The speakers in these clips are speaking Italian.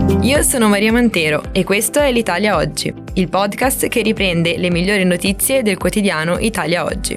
Io sono Maria Mantero e questo è l'Italia Oggi, il podcast che riprende le migliori notizie del quotidiano Italia Oggi.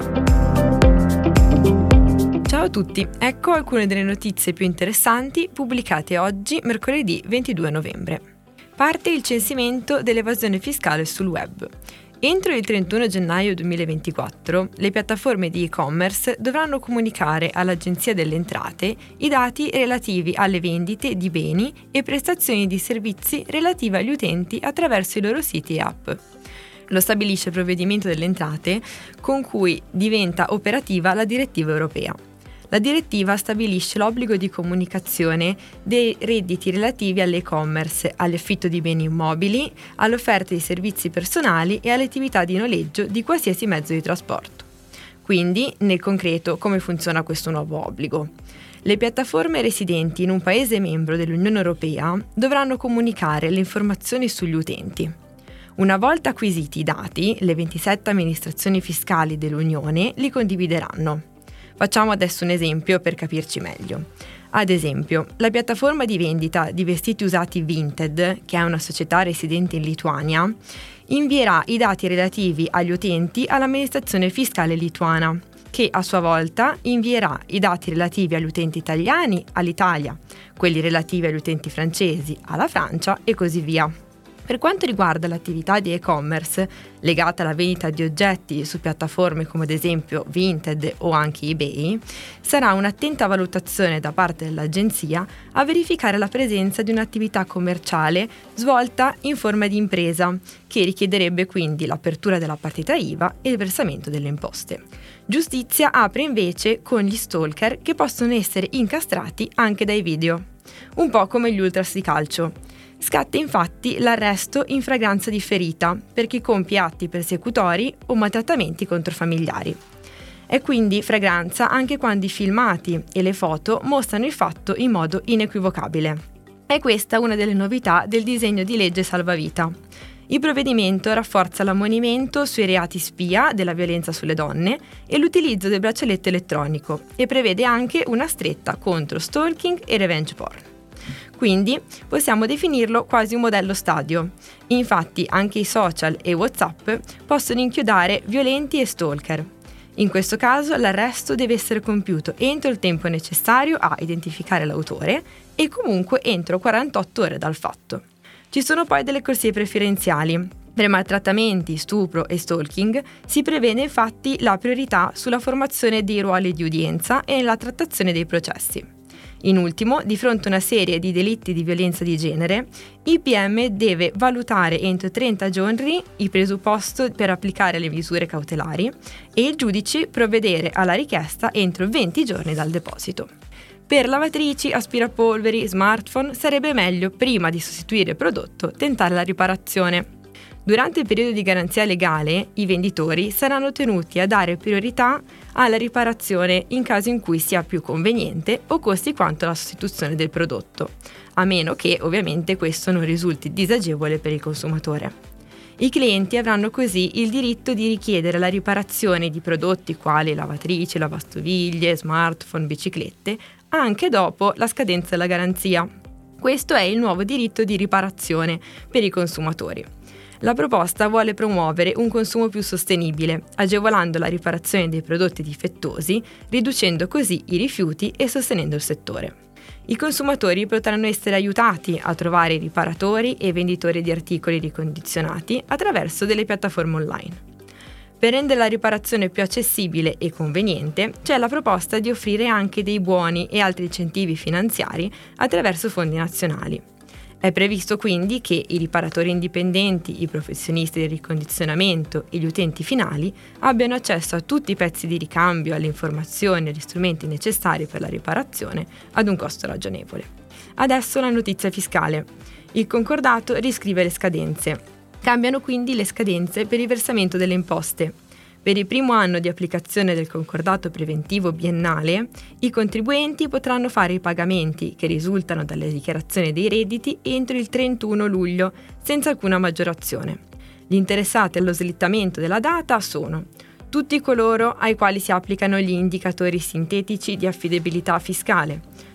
Ciao a tutti, ecco alcune delle notizie più interessanti pubblicate oggi, mercoledì 22 novembre. Parte il censimento dell'evasione fiscale sul web. Entro il 31 gennaio 2024, le piattaforme di e-commerce dovranno comunicare all'Agenzia delle Entrate i dati relativi alle vendite di beni e prestazioni di servizi relative agli utenti attraverso i loro siti e app. Lo stabilisce il provvedimento delle entrate con cui diventa operativa la direttiva europea. La direttiva stabilisce l'obbligo di comunicazione dei redditi relativi all'e-commerce, all'affitto di beni immobili, all'offerta di servizi personali e alle attività di noleggio di qualsiasi mezzo di trasporto. Quindi, nel concreto, come funziona questo nuovo obbligo? Le piattaforme residenti in un paese membro dell'Unione Europea dovranno comunicare le informazioni sugli utenti. Una volta acquisiti i dati, le 27 amministrazioni fiscali dell'Unione li condivideranno. Facciamo adesso un esempio per capirci meglio. Ad esempio, la piattaforma di vendita di vestiti usati Vinted, che è una società residente in Lituania, invierà i dati relativi agli utenti all'amministrazione fiscale lituana, che a sua volta invierà i dati relativi agli utenti italiani all'Italia, quelli relativi agli utenti francesi alla Francia e così via. Per quanto riguarda l'attività di e-commerce legata alla vendita di oggetti su piattaforme come ad esempio Vinted o anche eBay, sarà un'attenta valutazione da parte dell'agenzia a verificare la presenza di un'attività commerciale svolta in forma di impresa, che richiederebbe quindi l'apertura della partita IVA e il versamento delle imposte. Giustizia apre invece con gli stalker che possono essere incastrati anche dai video, un po' come gli ultras di calcio. Scatta infatti l'arresto in flagranza differita per chi compie atti persecutori o maltrattamenti contro familiari. È quindi flagranza anche quando i filmati e le foto mostrano il fatto in modo inequivocabile. È questa una delle novità del disegno di legge salvavita. Il provvedimento rafforza l'ammonimento sui reati spia della violenza sulle donne e l'utilizzo del braccialetto elettronico e prevede anche una stretta contro stalking e revenge porn. Quindi possiamo definirlo quasi un modello stadio. Infatti anche i social e WhatsApp possono inchiodare violenti e stalker. In questo caso l'arresto deve essere compiuto entro il tempo necessario a identificare l'autore e comunque entro 48 ore dal fatto. Ci sono poi delle corsie preferenziali. Per maltrattamenti, stupro e stalking si prevede infatti la priorità sulla formazione dei ruoli di udienza e nella trattazione dei processi. In ultimo, di fronte a una serie di delitti di violenza di genere, il PM deve valutare entro 30 giorni il presupposto per applicare le misure cautelari e il giudice provvedere alla richiesta entro 20 giorni dal deposito. Per lavatrici, aspirapolveri, smartphone sarebbe meglio, prima di sostituire il prodotto, tentare la riparazione. Durante il periodo di garanzia legale, i venditori saranno tenuti a dare priorità alla riparazione in caso in cui sia più conveniente o costi quanto la sostituzione del prodotto, a meno che ovviamente questo non risulti disagevole per il consumatore. I clienti avranno così il diritto di richiedere la riparazione di prodotti quali lavatrici, lavastoviglie, smartphone, biciclette, anche dopo la scadenza della garanzia. Questo è il nuovo diritto di riparazione per i consumatori. La proposta vuole promuovere un consumo più sostenibile, agevolando la riparazione dei prodotti difettosi, riducendo così i rifiuti e sostenendo il settore. I consumatori potranno essere aiutati a trovare riparatori e venditori di articoli ricondizionati attraverso delle piattaforme online. Per rendere la riparazione più accessibile e conveniente, c'è la proposta di offrire anche dei buoni e altri incentivi finanziari attraverso fondi nazionali. È previsto quindi che i riparatori indipendenti, i professionisti del ricondizionamento e gli utenti finali abbiano accesso a tutti i pezzi di ricambio, alle informazioni e agli strumenti necessari per la riparazione ad un costo ragionevole. Adesso la notizia fiscale. Il concordato riscrive le scadenze. Cambiano quindi le scadenze per il versamento delle imposte. Per il primo anno di applicazione del concordato preventivo biennale, i contribuenti potranno fare i pagamenti che risultano dalle dichiarazioni dei redditi entro il 31 luglio, senza alcuna maggiorazione. Gli interessati allo slittamento della data sono tutti coloro ai quali si applicano gli indicatori sintetici di affidabilità fiscale,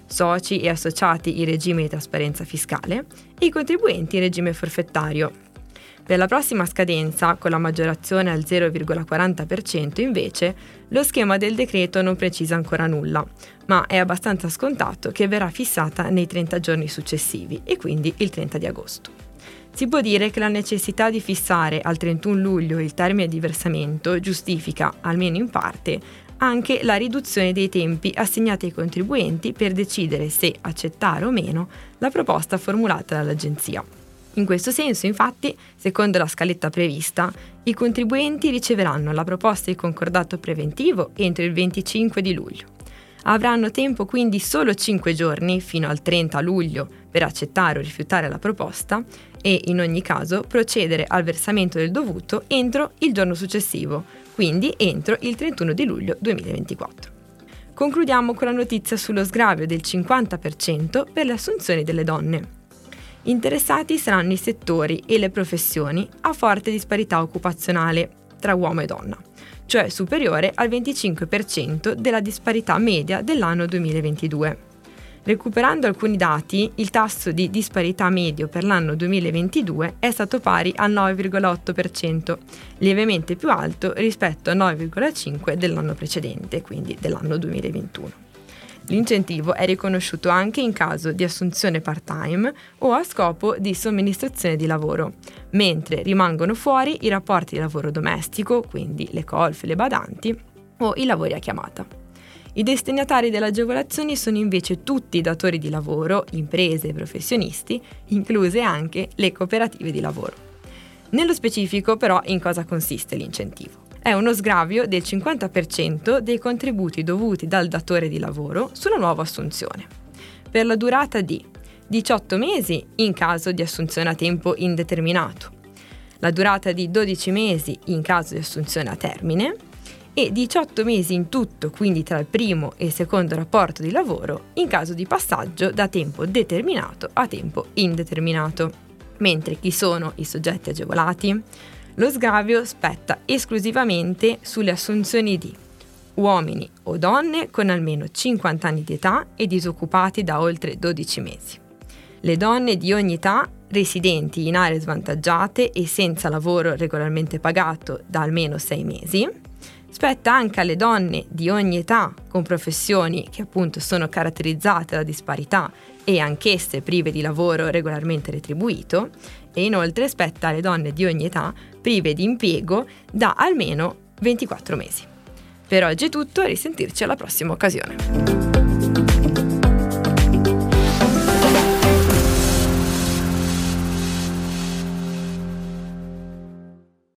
soci e associati in regime di trasparenza fiscale e i contribuenti in regime forfettario. Per la prossima scadenza, con la maggiorazione al 0,40% invece, lo schema del decreto non precisa ancora nulla, ma è abbastanza scontato che verrà fissata nei 30 giorni successivi e quindi il 30 di agosto. Si può dire che la necessità di fissare al 31 luglio il termine di versamento giustifica, almeno in parte, anche la riduzione dei tempi assegnati ai contribuenti per decidere se accettare o meno la proposta formulata dall'Agenzia. In questo senso, infatti, secondo la scaletta prevista, i contribuenti riceveranno la proposta di concordato preventivo entro il 25 di luglio. Avranno tempo quindi solo 5 giorni, fino al 30 luglio, per accettare o rifiutare la proposta e, in ogni caso, procedere al versamento del dovuto entro il giorno successivo, quindi entro il 31 di luglio 2024. Concludiamo con la notizia sullo sgravio del 50% per le assunzioni delle donne. Interessati saranno i settori e le professioni a forte disparità occupazionale tra uomo e donna, cioè superiore al 25% della disparità media dell'anno 2022. Recuperando alcuni dati, il tasso di disparità medio per l'anno 2022 è stato pari al 9,8%, lievemente più alto rispetto al 9,5% dell'anno precedente, quindi dell'anno 2021. L'incentivo è riconosciuto anche in caso di assunzione part-time o a scopo di somministrazione di lavoro, mentre rimangono fuori i rapporti di lavoro domestico, quindi le colf, le badanti, o i lavori a chiamata. I destinatari delle agevolazioni sono invece tutti i datori di lavoro, imprese e professionisti, incluse anche le cooperative di lavoro. Nello specifico, però, in cosa consiste l'incentivo? È uno sgravio del 50% dei contributi dovuti dal datore di lavoro sulla nuova assunzione, per la durata di 18 mesi in caso di assunzione a tempo indeterminato, la durata di 12 mesi in caso di assunzione a termine e 18 mesi in tutto, quindi tra il primo e il secondo rapporto di lavoro, in caso di passaggio da tempo determinato a tempo indeterminato. Mentre chi sono i soggetti agevolati? Lo sgravio spetta esclusivamente sulle assunzioni di uomini o donne con almeno 50 anni di età e disoccupati da oltre 12 mesi. Le donne di ogni età residenti in aree svantaggiate e senza lavoro regolarmente pagato da almeno 6 mesi. Spetta anche alle donne di ogni età con professioni che appunto sono caratterizzate da disparità e anch'esse prive di lavoro regolarmente retribuito, e inoltre spetta alle donne di ogni età prive di impiego da almeno 24 mesi. Per oggi è tutto, a risentirci alla prossima occasione.